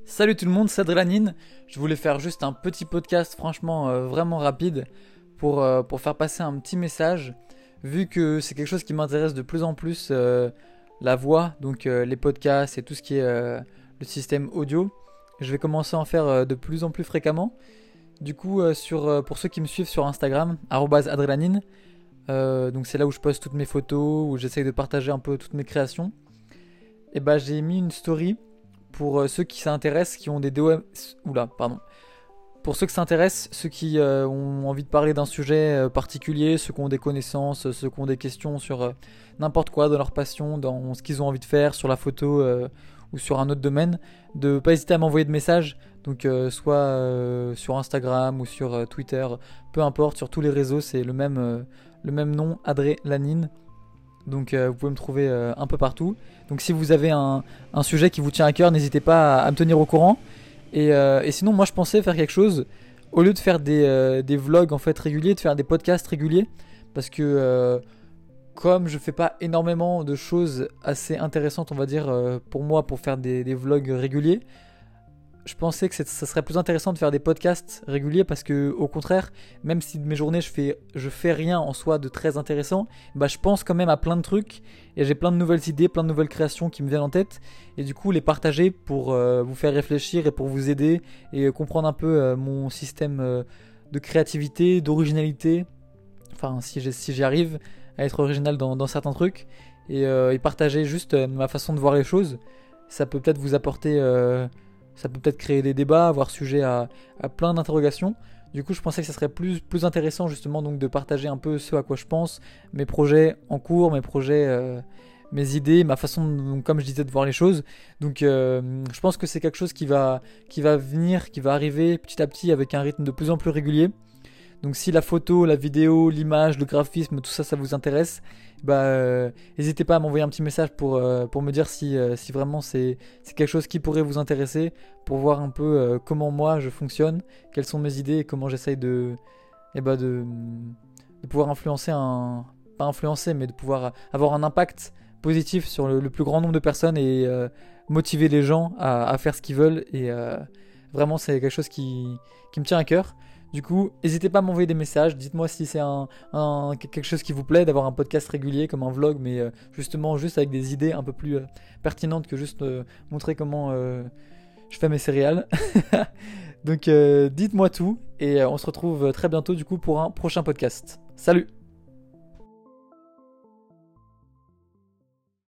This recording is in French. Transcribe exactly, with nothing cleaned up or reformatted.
Salut tout le monde, c'est Adrélanine. Je voulais faire juste un petit podcast franchement euh, vraiment rapide pour, euh, pour faire passer un petit message. Vu que c'est quelque chose qui m'intéresse de plus en plus, euh, la voix, donc euh, les podcasts et tout ce qui est euh, le système audio. Je vais commencer à en faire euh, de plus en plus fréquemment. Du coup, euh, sur, euh, pour ceux qui me suivent sur Instagram, arobase adrélanine, euh, donc c'est là où je poste toutes mes photos, où j'essaye de partager un peu toutes mes créations. Et bah j'ai mis une story pour euh, ceux qui s'intéressent, qui ont des D O M... Oula, pardon. Pour ceux qui s'intéressent, ceux qui euh, ont envie de parler d'un sujet euh, particulier, ceux qui ont des connaissances, ceux qui ont des questions sur euh, n'importe quoi, dans leur passion, dans ce qu'ils ont envie de faire, sur la photo euh, ou sur un autre domaine, de pas hésiter à m'envoyer de messages. Donc euh, soit euh, sur Instagram ou sur euh, Twitter, peu importe, sur tous les réseaux, c'est le même, euh, le même nom, Adrélanine. Donc euh, vous pouvez me trouver euh, un peu partout. Donc si vous avez un, un sujet qui vous tient à cœur, n'hésitez pas à, à me tenir au courant. Et, euh, et sinon, moi je pensais faire quelque chose, au lieu de faire des, euh, des vlogs en fait réguliers, de faire des podcasts réguliers. Parce que euh, comme je fais pas énormément de choses assez intéressantes, on va dire, euh, pour moi, pour faire des, des vlogs réguliers, je pensais que ça serait plus intéressant de faire des podcasts réguliers parce que au contraire, même si de mes journées je fais, je fais rien en soi de très intéressant, bah je pense quand même à plein de trucs et j'ai plein de nouvelles idées, plein de nouvelles créations qui me viennent en tête et du coup les partager pour euh, vous faire réfléchir et pour vous aider et comprendre un peu euh, mon système euh, de créativité, d'originalité, enfin si, j'ai, si j'y arrive à être original dans, dans certains trucs et, euh, et partager juste euh, ma façon de voir les choses, ça peut peut-être vous apporter... Euh, Ça peut peut-être créer des débats, avoir sujet à, à plein d'interrogations. Du coup, je pensais que ça serait plus, plus intéressant justement donc de partager un peu ce à quoi je pense, mes projets en cours, mes projets, euh, mes idées, ma façon, donc, comme je disais, de voir les choses. Donc, euh, je pense que c'est quelque chose qui va, qui va venir, qui va arriver petit à petit avec un rythme de plus en plus régulier. Donc si la photo, la vidéo, l'image, le graphisme, tout ça, ça vous intéresse, bah euh, n'hésitez pas à m'envoyer un petit message pour, euh, pour me dire si, euh, si vraiment c'est, c'est quelque chose qui pourrait vous intéresser, pour voir un peu euh, comment moi je fonctionne, quelles sont mes idées et comment j'essaye de, eh bah de, de pouvoir influencer un... pas influencer, mais de pouvoir avoir un impact positif sur le, le plus grand nombre de personnes et euh, motiver les gens à, à faire ce qu'ils veulent. Et euh, vraiment c'est quelque chose qui, qui me tient à cœur. Du coup, n'hésitez pas à m'envoyer des messages. Dites-moi si c'est un, un- quelque chose qui vous plaît d'avoir un podcast régulier comme un vlog, mais euh, justement juste avec des idées un peu plus euh, pertinentes que juste euh, montrer comment euh, je fais mes céréales. Donc euh, dites-moi tout et euh, on se retrouve très bientôt du coup pour un prochain podcast. Salut!